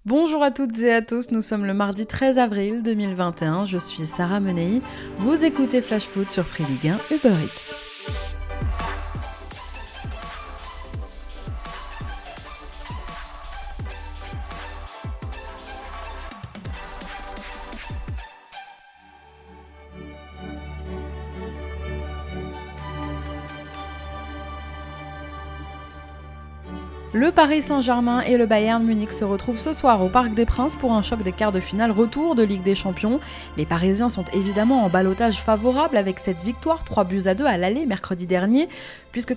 Bonjour à toutes et à tous, nous sommes le mardi 13 avril 2021, je suis Sarah Menei, vous écoutez Flash Foot sur Free Ligue 1 Uber Eats. Le Paris Saint-Germain et le Bayern Munich se retrouvent ce soir au Parc des Princes pour un choc des quarts de finale retour de Ligue des Champions. Les Parisiens sont évidemment en ballottage favorable avec cette victoire 3-2 à l'aller mercredi dernier, puisque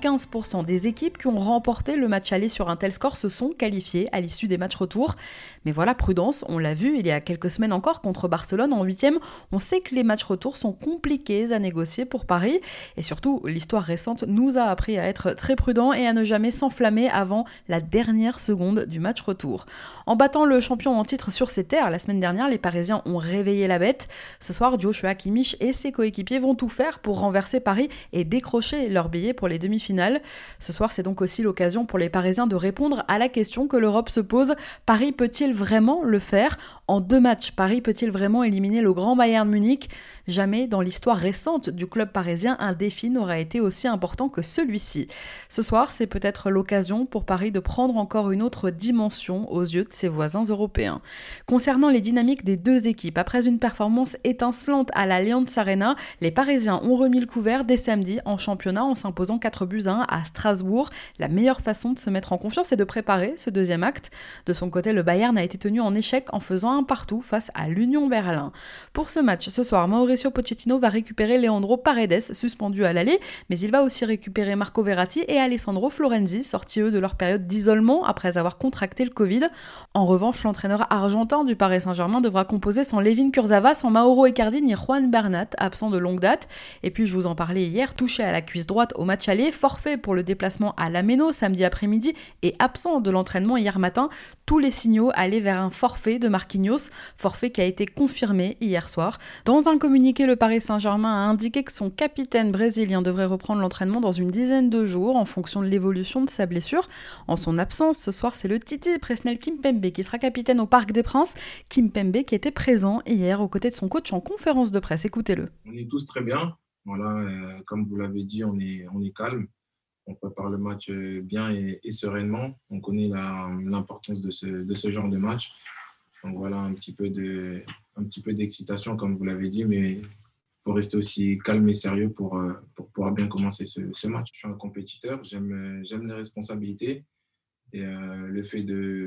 95% des équipes qui ont remporté le match aller sur un tel score se sont qualifiées à l'issue des matchs retour. Mais voilà, prudence, on l'a vu il y a quelques semaines encore contre Barcelone en 8e, on sait que les matchs retour sont compliqués à négocier pour Paris, et surtout l'histoire récente nous a appris à être très prudents et à ne jamais s'enflammer avant la dernière seconde du match retour. En battant le champion en titre sur ses terres la semaine dernière, les Parisiens ont réveillé la bête. Ce soir, Joshua Kimmich et ses coéquipiers vont tout faire pour renverser Paris et décrocher leur billet pour les demi-finales. Ce soir, c'est donc aussi l'occasion pour les Parisiens de répondre à la question que l'Europe se pose. Paris peut-il vraiment le faire ? En 2 matchs, Paris peut-il vraiment éliminer le grand Bayern Munich ? Jamais dans l'histoire récente du club parisien, un défi n'aura été aussi important que celui-ci. Ce soir, c'est peut-être l'occasion pour Paris de prendre encore une autre dimension aux yeux de ses voisins européens. Concernant les dynamiques des deux équipes, après une performance étincelante à l'Allianz Arena, les Parisiens ont remis le couvert dès samedi en championnat en s'imposant 4-1 à Strasbourg. La meilleure façon de se mettre en confiance est de préparer ce deuxième acte. De son côté, le Bayern a été tenu en échec en faisant un partout face à l'Union Berlin. Pour ce match, ce soir, Mauricio Pochettino va récupérer Leandro Paredes, suspendu à l'aller, mais il va aussi récupérer Marco Verratti et Alessandro Florenzi, sortis eux de leur période d'isolement après avoir contracté le Covid. En revanche, l'entraîneur argentin du Paris Saint-Germain devra composer sans Layvin Kurzawa, sans Mauro Icardi ni Juan Bernat, absent de longue date. Et puis, je vous en parlais hier, touché à la cuisse droite au match aller, forfait pour le déplacement à Lameno samedi après-midi et absent de l'entraînement hier matin. Tous les signaux allaient vers un forfait de Marquinhos, forfait qui a été confirmé hier soir. Dans un communiqué, le Paris Saint-Germain a indiqué que son capitaine brésilien devrait reprendre l'entraînement dans une dizaine de jours en fonction de l'évolution de sa blessure. En son absence, ce soir, c'est le Titi Presnel Kimpembe qui sera capitaine au Parc des Princes. Kimpembe qui était présent hier aux côtés de son coach en conférence de presse. Écoutez-le. On est tous très bien. Voilà, comme vous l'avez dit, on est calme. On prépare le match bien et sereinement. On connaît l'importance de ce genre de match. Donc voilà, un petit peu d'excitation, comme vous l'avez dit, mais il faut rester aussi calme et sérieux pour pouvoir bien commencer ce match. Je suis un compétiteur, j'aime les responsabilités. Et le fait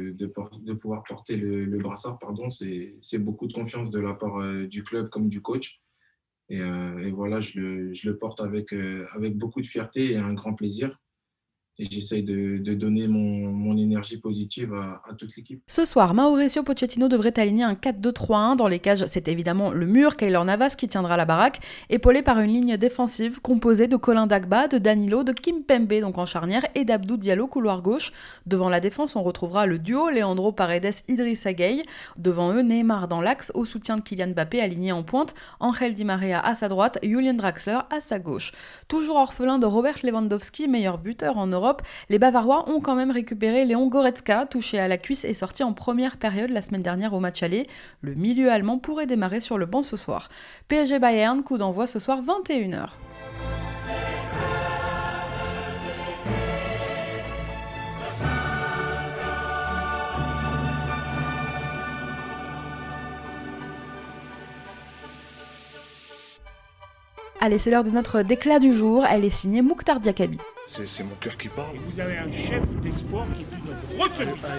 de pouvoir porter le brassard, c'est beaucoup de confiance de la part du club comme du coach. Et voilà, je le porte avec beaucoup de fierté et un grand plaisir. Et j'essaye de donner mon énergie positive à toute l'équipe. Ce soir, Mauricio Pochettino devrait aligner un 4-2-3-1. Dans les cages, c'est évidemment le mur, Keylor Navas qui tiendra la baraque, épaulé par une ligne défensive composée de Colin Dagba, de Danilo, de Kimpembe donc en charnière et d'Abdou Diallo couloir gauche. Devant la défense, on retrouvera le duo Leandro Paredes-Idrissa Gueye. Devant eux, Neymar dans l'axe au soutien de Kylian Mbappé aligné en pointe, Ángel Di María à sa droite, Julian Draxler à sa gauche. Toujours orphelin de Robert Lewandowski, meilleur buteur en Europe, les Bavarois ont quand même récupéré Léon Goretzka, touché à la cuisse et sorti en première période la semaine dernière au match aller. Le milieu allemand pourrait démarrer sur le banc ce soir. PSG Bayern, coup d'envoi ce soir 21h. Allez, c'est l'heure de notre déclat du jour. Elle est signée Mouktar Diakabi. C'est mon cœur qui parle. Et vous avez un chef d'espoir qui vous ne retenez pas.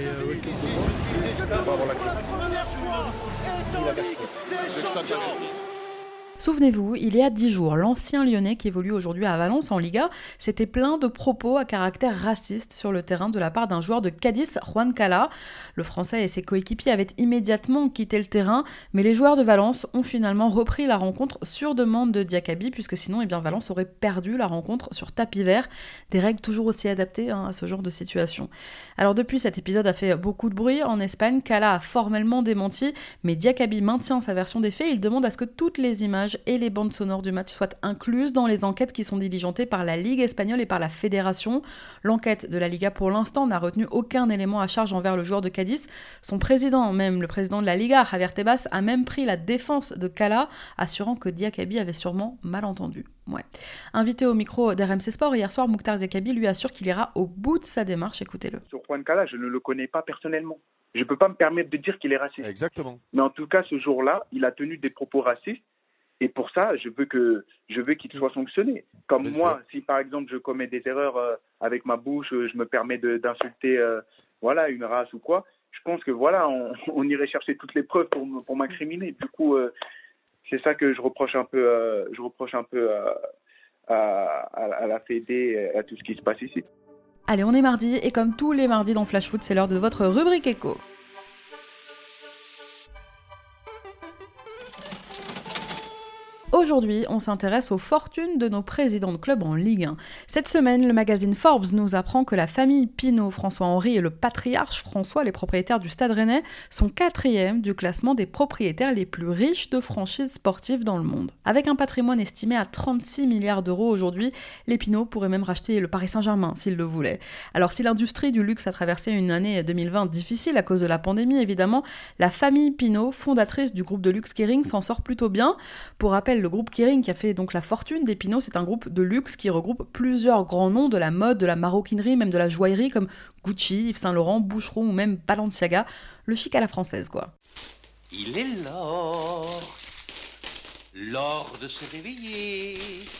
Souvenez-vous, il y a 10 jours, l'ancien Lyonnais qui évolue aujourd'hui à Valence en Liga s'était plaint de propos à caractère raciste sur le terrain de la part d'un joueur de Cadiz, Juan Cala. Le Français et ses coéquipiers avaient immédiatement quitté le terrain, mais les joueurs de Valence ont finalement repris la rencontre sur demande de Diakabi, puisque sinon Valence aurait perdu la rencontre sur tapis vert. Des règles toujours aussi adaptées à ce genre de situation. Alors depuis, cet épisode a fait beaucoup de bruit en Espagne. Cala a formellement démenti, mais Diakabi maintient sa version des faits. Il demande à ce que toutes les images images et les bandes sonores du match soient incluses dans les enquêtes qui sont diligentées par la Ligue espagnole et par la Fédération. L'enquête de la Liga, pour l'instant, n'a retenu aucun élément à charge envers le joueur de Cadiz. Son président, même le président de la Liga, Javier Tebas, a même pris la défense de Cala, assurant que Diakaby avait sûrement mal entendu. Ouais. Invité au micro d'RMC Sport hier soir, Mouktar Diakaby lui assure qu'il ira au bout de sa démarche. Écoutez-le. Sur Juan Cala, je ne le connais pas personnellement. Je ne peux pas me permettre de dire qu'il est raciste. Exactement. Mais en tout cas, ce jour-là, il a tenu des propos racistes. Et pour ça, je veux qu'il soit sanctionné. Comme moi, si par exemple je commets des erreurs avec ma bouche, je me permets d'insulter une race ou quoi, je pense que on irait chercher toutes les preuves pour m'incriminer. Du coup, c'est ça que je reproche un peu à la Fédé et à tout ce qui se passe ici. Allez, on est mardi et comme tous les mardis dans Flash Foot, c'est l'heure de votre rubrique écho. Aujourd'hui, on s'intéresse aux fortunes de nos présidents de club en Ligue 1. Cette semaine, le magazine Forbes nous apprend que la famille Pinault, François-Henri et le patriarche François, les propriétaires du Stade Rennais, sont 4e du classement des propriétaires les plus riches de franchises sportives dans le monde. Avec un patrimoine estimé à 36 milliards d'euros aujourd'hui, les Pinault pourraient même racheter le Paris Saint-Germain s'ils le voulaient. Alors si l'industrie du luxe a traversé une année 2020 difficile à cause de la pandémie, évidemment, la famille Pinault, fondatrice du groupe de luxe Kering, s'en sort plutôt bien. Pour rappel, le groupe Kering, qui a fait donc la fortune des Pinault, c'est un groupe de luxe qui regroupe plusieurs grands noms de la mode, de la maroquinerie, même de la joaillerie comme Gucci, Yves Saint Laurent, Boucheron ou même Balenciaga. Le chic à la française, quoi. Il est l'heure de se réveiller.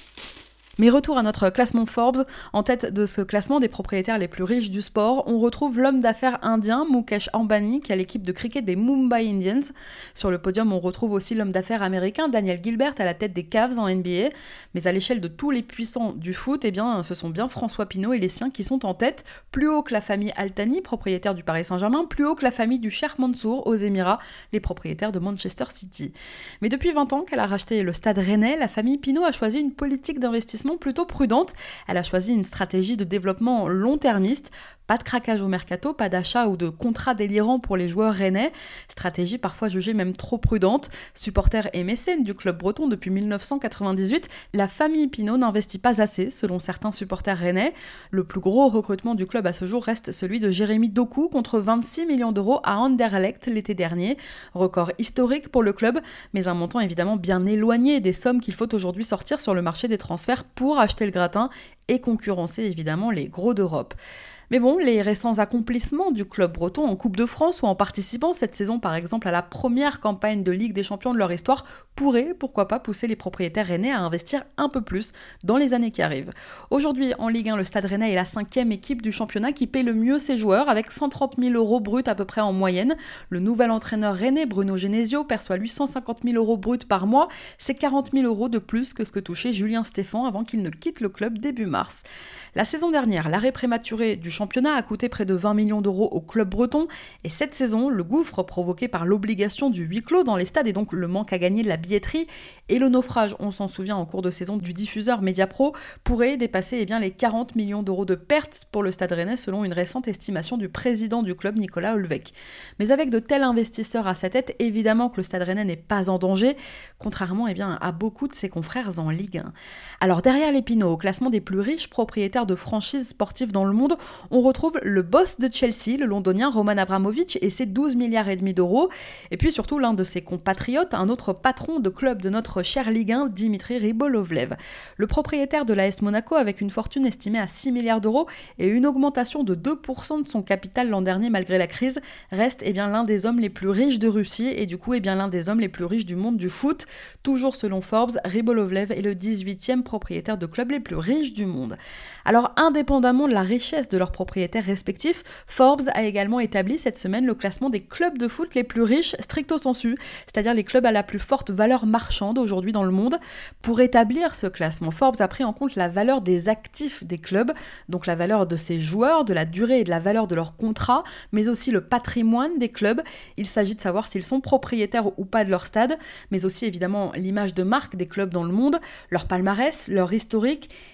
Mais retour à notre classement Forbes. En tête de ce classement des propriétaires les plus riches du sport, on retrouve l'homme d'affaires indien Mukesh Ambani, qui a l'équipe de cricket des Mumbai Indians. Sur le podium, on retrouve aussi l'homme d'affaires américain Daniel Gilbert à la tête des Cavs en NBA. Mais à l'échelle de tous les puissants du foot, ce sont bien François Pinault et les siens qui sont en tête, plus haut que la famille Al-Thani, propriétaire du Paris Saint-Germain, plus haut que la famille du Cheikh Mansour aux Émirats, les propriétaires de Manchester City. Mais depuis 20 ans qu'elle a racheté le Stade Rennais, la famille Pinault a choisi une politique d'investissement plutôt prudente. Elle a choisi une stratégie de développement long-termiste. Pas de craquage au mercato, pas d'achat ou de contrat délirant pour les joueurs rennais. Stratégie parfois jugée même trop prudente. Supporter et mécène du club breton depuis 1998, la famille Pinault n'investit pas assez, selon certains supporters rennais. Le plus gros recrutement du club à ce jour reste celui de Jérémy Doku, contre 26 millions d'euros à Anderlecht l'été dernier. Record historique pour le club, mais un montant évidemment bien éloigné des sommes qu'il faut aujourd'hui sortir sur le marché des transferts pour acheter le gratin et concurrencer évidemment les gros d'Europe. Mais bon, les récents accomplissements du club breton en Coupe de France ou en participant cette saison par exemple à la première campagne de Ligue des Champions de leur histoire pourraient, pourquoi pas, pousser les propriétaires rennais à investir un peu plus dans les années qui arrivent. Aujourd'hui, en Ligue 1, le Stade Rennais est la 5e équipe du championnat qui paie le mieux ses joueurs avec 130 000 euros bruts à peu près en moyenne. Le nouvel entraîneur rennais, Bruno Genesio, perçoit lui 150 000 euros bruts par mois. C'est 40 000 euros de plus que ce que touchait Julien Stéphan avant qu'il ne quitte le club début mars. La saison dernière, l'arrêt prématuré du championnat a coûté près de 20 millions d'euros au club breton. Et cette saison, le gouffre provoqué par l'obligation du huis clos dans les stades et donc le manque à gagner de la billetterie et le naufrage, on s'en souvient en cours de saison, du diffuseur Mediapro pourrait dépasser les 40 millions d'euros de pertes pour le Stade Rennais selon une récente estimation du président du club, Nicolas Olvec. Mais avec de tels investisseurs à sa tête, évidemment que le Stade Rennais n'est pas en danger, contrairement à beaucoup de ses confrères en Ligue 1. Alors derrière les Pinault, au classement des plus riches propriétaires de franchises sportives dans le monde, on retrouve le boss de Chelsea, le londonien Roman Abramovich et ses 12 milliards et demi d'euros, et puis surtout l'un de ses compatriotes, un autre patron de club de notre cher Ligue 1, Dimitri Ribolovlev. Le propriétaire de l'AS Monaco, avec une fortune estimée à 6 milliards d'euros et une augmentation de 2% de son capital l'an dernier malgré la crise, reste l'un des hommes les plus riches de Russie et du coup l'un des hommes les plus riches du monde du foot. Toujours selon Forbes, Ribolovlev est le 18e propriétaire de clubs les plus riches du monde. Alors indépendamment de la richesse de leurs propriétaires respectifs, Forbes a également établi cette semaine le classement des clubs de foot les plus riches stricto sensu, c'est-à-dire les clubs à la plus forte valeur marchande aujourd'hui dans le monde. Pour établir ce classement, Forbes a pris en compte la valeur des actifs des clubs, donc la valeur de ses joueurs, de la durée et de la valeur de leurs contrats, mais aussi le patrimoine des clubs. Il s'agit de savoir s'ils sont propriétaires ou pas de leur stade, mais aussi évidemment l'image de marque des clubs dans le monde, leur palmarès, leur historique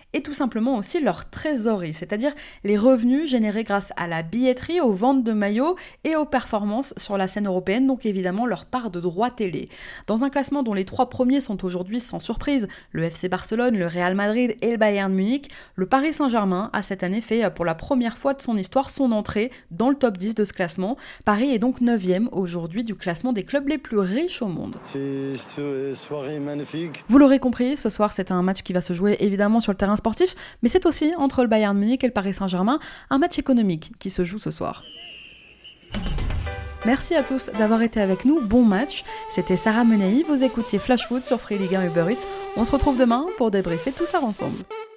et tout simplement aussi leur trésorerie, c'est-à-dire les revenus générés grâce à la billetterie, aux ventes de maillots et aux performances sur la scène européenne, donc évidemment leur part de droits télé. Dans un classement dont les 3 premiers sont aujourd'hui sans surprise, le FC Barcelone, le Real Madrid et le Bayern Munich, le Paris Saint-Germain a cette année fait pour la première fois de son histoire son entrée dans le top 10 de ce classement. Paris est donc 9e aujourd'hui du classement des clubs les plus riches au monde. C'est une soirée magnifique. Vous l'aurez compris, ce soir c'est un match qui va se jouer évidemment sur le terrain sportif, mais c'est aussi entre le Bayern Munich et le Paris Saint-Germain, un match économique qui se joue ce soir. Merci à tous d'avoir été avec nous, bon match. C'était Sarah Menei, vous écoutiez Flash Foot sur Free Ligue 1 Uber Eats. On se retrouve demain pour débriefer tout ça ensemble.